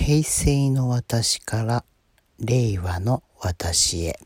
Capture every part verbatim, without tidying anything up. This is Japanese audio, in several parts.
平成の私から令和の私へ。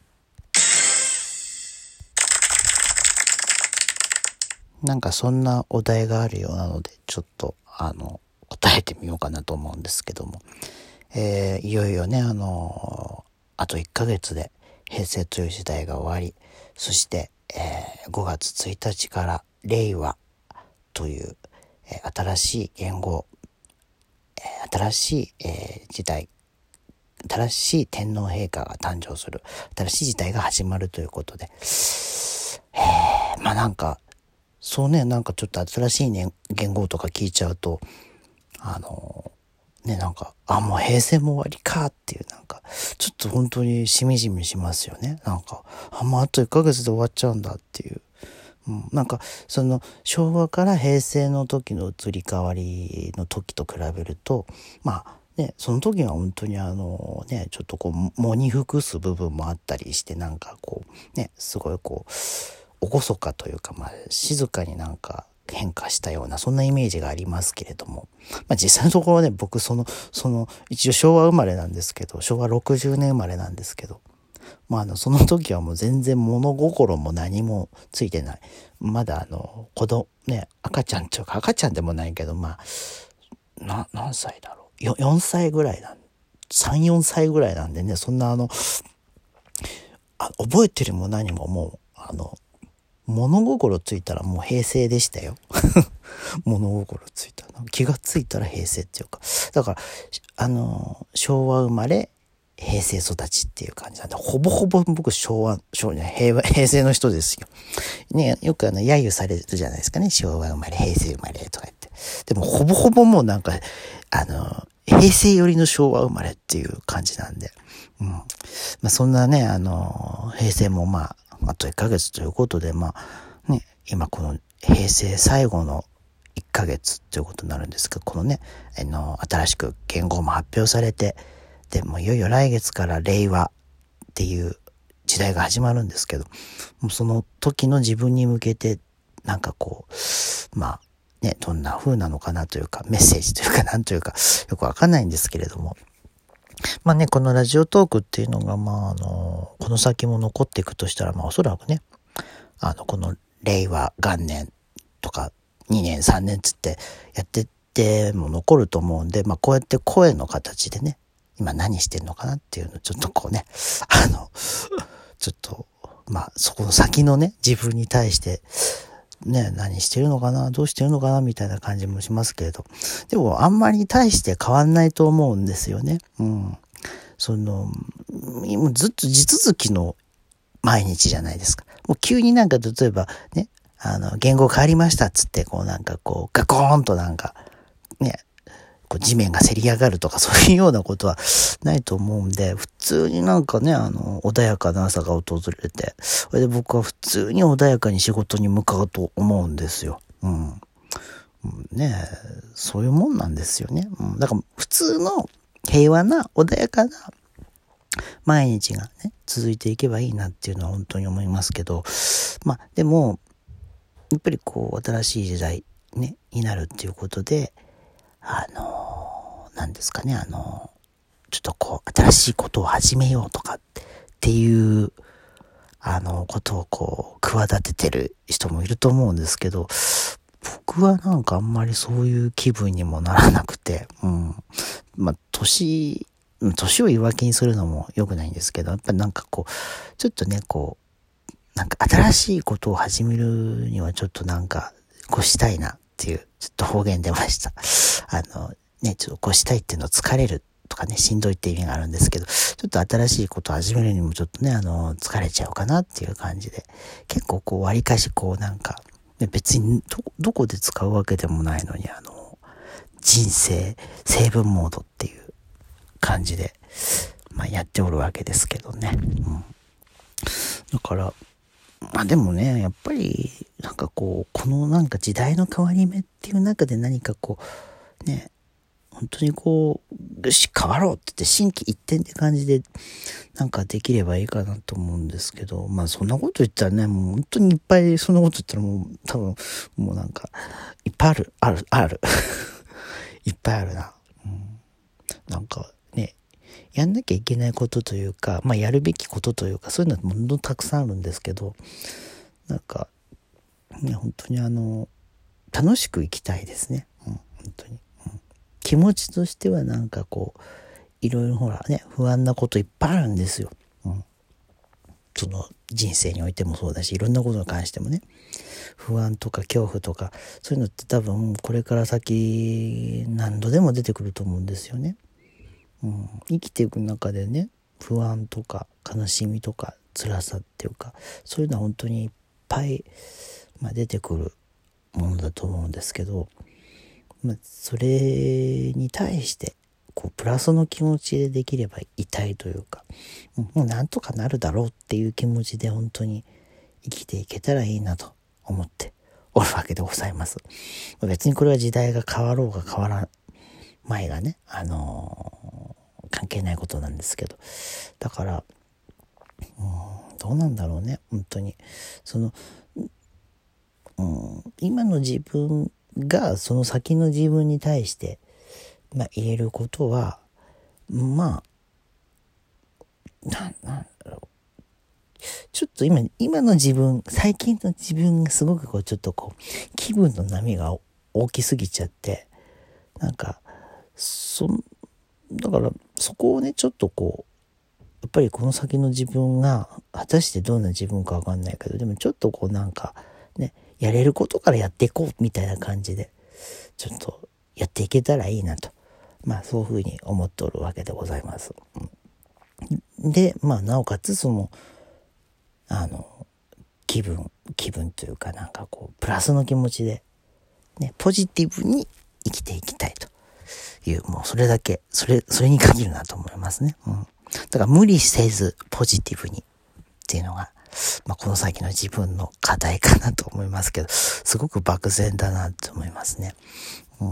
なんかそんなお題があるようなので、ちょっとあの答えてみようかなと思うんですけども、えー、いよいよね、あのあといっかげつで平成という時代が終わり、そして、えー、ごがつついたちから令和という、えー、新しい言語、えー、新しい、えー、時代、新しい天皇陛下が誕生する、新しい時代が始まるということで、えー、まあなんかそうね、なんかちょっと新しい、ね、言語とか聞いちゃうと、あのね、なんかあもう平成も終わりかっていう、なんかちょっと本当にしみじみしますよね。なんかあもうあといっかげつで終わっちゃうんだっていう、うん、なんかその昭和から平成の時の移り変わりの時と比べると、まあね、その時は本当にあのね、ちょっとこう喪に服す部分もあったりして、なんかこうね、すごいこう厳かというか、まあ静かになんか変化したような、そんなイメージがありますけれども、まあ実際のところね、僕そのその一応昭和生まれなんですけど、昭和ろくじゅうねん生まれなんですけど、まああのその時はもう全然物心も何もついてない、まだあの子供ね、赤ちゃんというか赤ちゃんでもないけど、まあな何歳だろう、よよんさいぐらいなんさん、よんさいぐらいなんでね、そんなあのあ覚えてるも何ももうあの物心ついたらもう平成でしたよ。物心ついたら気がついたら平成っていうか、だからあの昭和生まれ平成育ちっていう感じなんで、ほぼほぼ僕昭和昭和、ね、平和平成の人ですよ。ね、よくあの揶揄されるじゃないですかね、昭和生まれ平成生まれとか言って。でもほぼほぼもうなんかあの平成寄りの昭和生まれっていう感じなんで、うん、まあそんなね、あの平成もまああといっかげつということで、まあね、今この平成最後のいっかげつということになるんですけど、このね、あの新しく言語も発表されて、でもいよいよ来月から令和っていう時代が始まるんですけど、もうその時の自分に向けてなんかこう、まあね、どんな風なのかなというか、メッセージというかなんというかよくわかんないんですけれども、まあね、このラジオトークっていうのが、まああのこの先も残っていくとしたら、まあおそらくね、あのこの令和元年とかにねんさんねんつってやってっても残ると思うんで、まあこうやって声の形でね、今何してんのかなっていうのをちょっとこうね、あのちょっとまあそこの先のね、自分に対してね、何してるのかな、どうしてるのかなみたいな感じもしますけれど、でもあんまり大して変わんないと思うんですよね。うん。その今ずっと地続きの毎日じゃないですか。もう急になんか例えばね、あの言語変わりましたっつって、こうなんかこうガコーンとなんかね、こう地面がせり上がるとか、そういうようなことはないと思うんで、普通になんかね、あの穏やかな朝が訪れて、それで僕は普通に穏やかに仕事に向かうと思うんですよ。うん。ねえ、そういうもんなんですよね。うん、だから普通の平和な穏やかな毎日がね続いていけばいいなっていうのは本当に思いますけど、まあでもやっぱりこう新しい時代ねになるっていうことで、あの何ですかね、あのちょっとこう新しいことを始めようとかっていうあのことをこう企ててる人もいると思うんですけど、僕はなんかあんまりそういう気分にもならなくて、うん、まあ年年を言い訳にするのも良くないんですけど、やっぱりなんかこうちょっとね、こうなんか新しいことを始めるにはちょっとなんかこうしたいなっていう、ちょっと方言出ました。あのね、ちょっとこうしたいっていうの疲れるとかね、しんどいっていう意味があるんですけど、ちょっと新しいことを始めるにもちょっとね、あの疲れちゃうかなっていう感じで、結構こう割かしこうなんか、ね、別に ど, どこで使うわけでもないのに、あの人生セーブモードっていう感じで、まあ、やっておるわけですけどね、うん、だからまあでもね、やっぱりなんかこうこのなんか時代の変わり目っていう中で何かこうね、本当にこうよし変わろうって言って心機一転って感じでなんかできればいいかなと思うんですけど、まあそんなこと言ったらね、もう本当にいっぱいそんなこと言ったらもう多分もうなんかいっぱいあるあるあるいっぱいあるな、うん、なんかやんなきゃいけないことというか、まあやるべきことというか、そういうのはものたくさんあるんですけど、なんかね、本当にあの楽しく生きたいですね。うん、本当に、うん、気持ちとしてはなんかこういろいろほらね、不安なこといっぱいあるんですよ。うん、その人生においてもそうだし、いろんなことに関してもね、不安とか恐怖とかそういうのって多分これから先何度でも出てくると思うんですよね。うん、生きていく中でね、不安とか悲しみとか辛さっていうか、そういうのは本当にいっぱい、まあ、出てくるものだと思うんですけど、まあ、それに対してこうプラスの気持ちでできればいたいというか、うん、もうなんとかなるだろうっていう気持ちで本当に生きていけたらいいなと思っておるわけでございます。別にこれは時代が変わろうが変わら前がね、あのー、関係ないことなんですけど、だから、うん、どうなんだろうね、本当にその、うん、今の自分がその先の自分に対して、まあ、言えることは、まあななんだろう、ちょっと今今の自分、最近の自分がすごくこうちょっとこう気分の波が大きすぎちゃって、なんかそだからそこをね、ちょっとこうやっぱりこの先の自分が果たしてどんな自分かわかんないけど、でもちょっとこうなんかね、やれることからやっていこうみたいな感じでちょっとやっていけたらいいなと、まあそういうふうに思っておるわけでございます。うん、でまあなおかつそのあの気分気分というか、なんかこうプラスの気持ちでね、ポジティブに生きていきたいという、もうそれだけ、それそれに限るなと思いますね。うん、だから無理せずポジティブにっていうのが、まあ、この先の自分の課題かなと思いますけど、すごく漠然だなと思いますね。うん、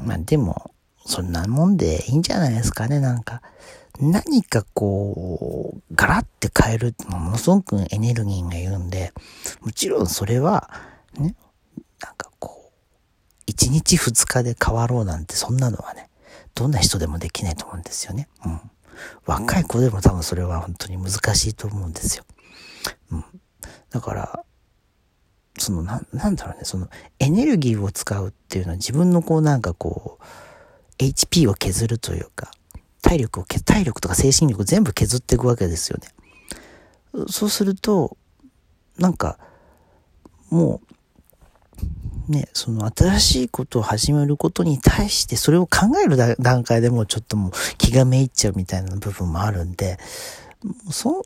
まあでもそんなもんでいいんじゃないですかね。なんか何かこうガラッて変えるってものすごくエネルギーがいるんで、もちろんそれはね、なんかこう一日二日で変わろうなんて、そんなのはね、どんな人でもできないと思うんですよね。うん。若い子でも多分それは本当に難しいと思うんですよ。うん。だから、そのな、なんだろうね、そのエネルギーを使うっていうのは自分のこうなんかこう、エイチピー を削るというか、体力を、体力とか精神力を全部削っていくわけですよね。そうすると、なんか、もう、ね、その新しいことを始めることに対してそれを考える段階でもうちょっともう気がめいっちゃうみたいな部分もあるんで、そう、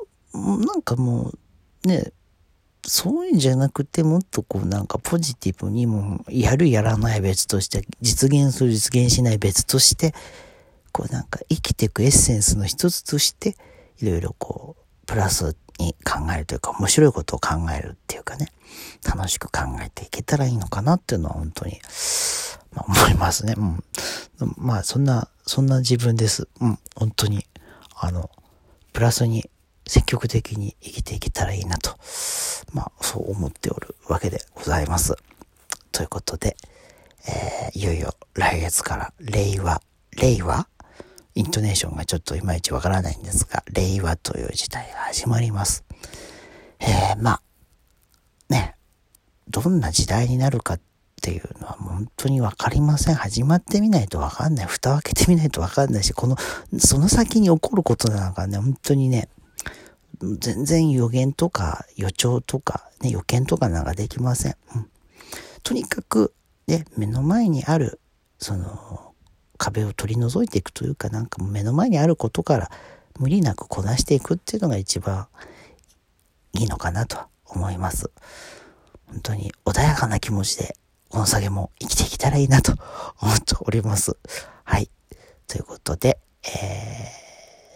なんかもうね、そういうんじゃなくて、もっとこうなんかポジティブに、もやるやらない別として、実現する実現しない別として、こうなんか生きていくエッセンスの一つとしていろいろこうプラスに考えるというか、面白いことを考えるっていうかね、楽しく考えていけたらいいのかなっていうのは本当に、まあ、思いますね。うん。まあそんなそんな自分です。うん。本当にあのプラスに積極的に生きていけたらいいなと、まあそう思っておるわけでございます。ということで、えー、いよいよ来月から令和令和イントネーションがちょっといまいちわからないんですが、令和という時代が始まります。えー、まあね、どんな時代になるかっていうのは本当にわかりません。始まってみないとわかんない。蓋を開けてみないとわかんないし、このその先に起こることなんかね、本当にね、全然予言とか予兆とかね、予見とかなんかできません。うん、とにかくね、目の前にあるその壁を取り除いていくというか、なんか目の前にあることから無理なくこなしていくっていうのが一番いいのかなと思います。本当に穏やかな気持ちでこの先も生きていけたらいいなと思っております。はい。ということで、え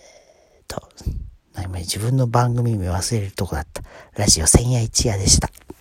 ーと、自分の番組名忘れるとこだった。ラジオ千夜一夜でした。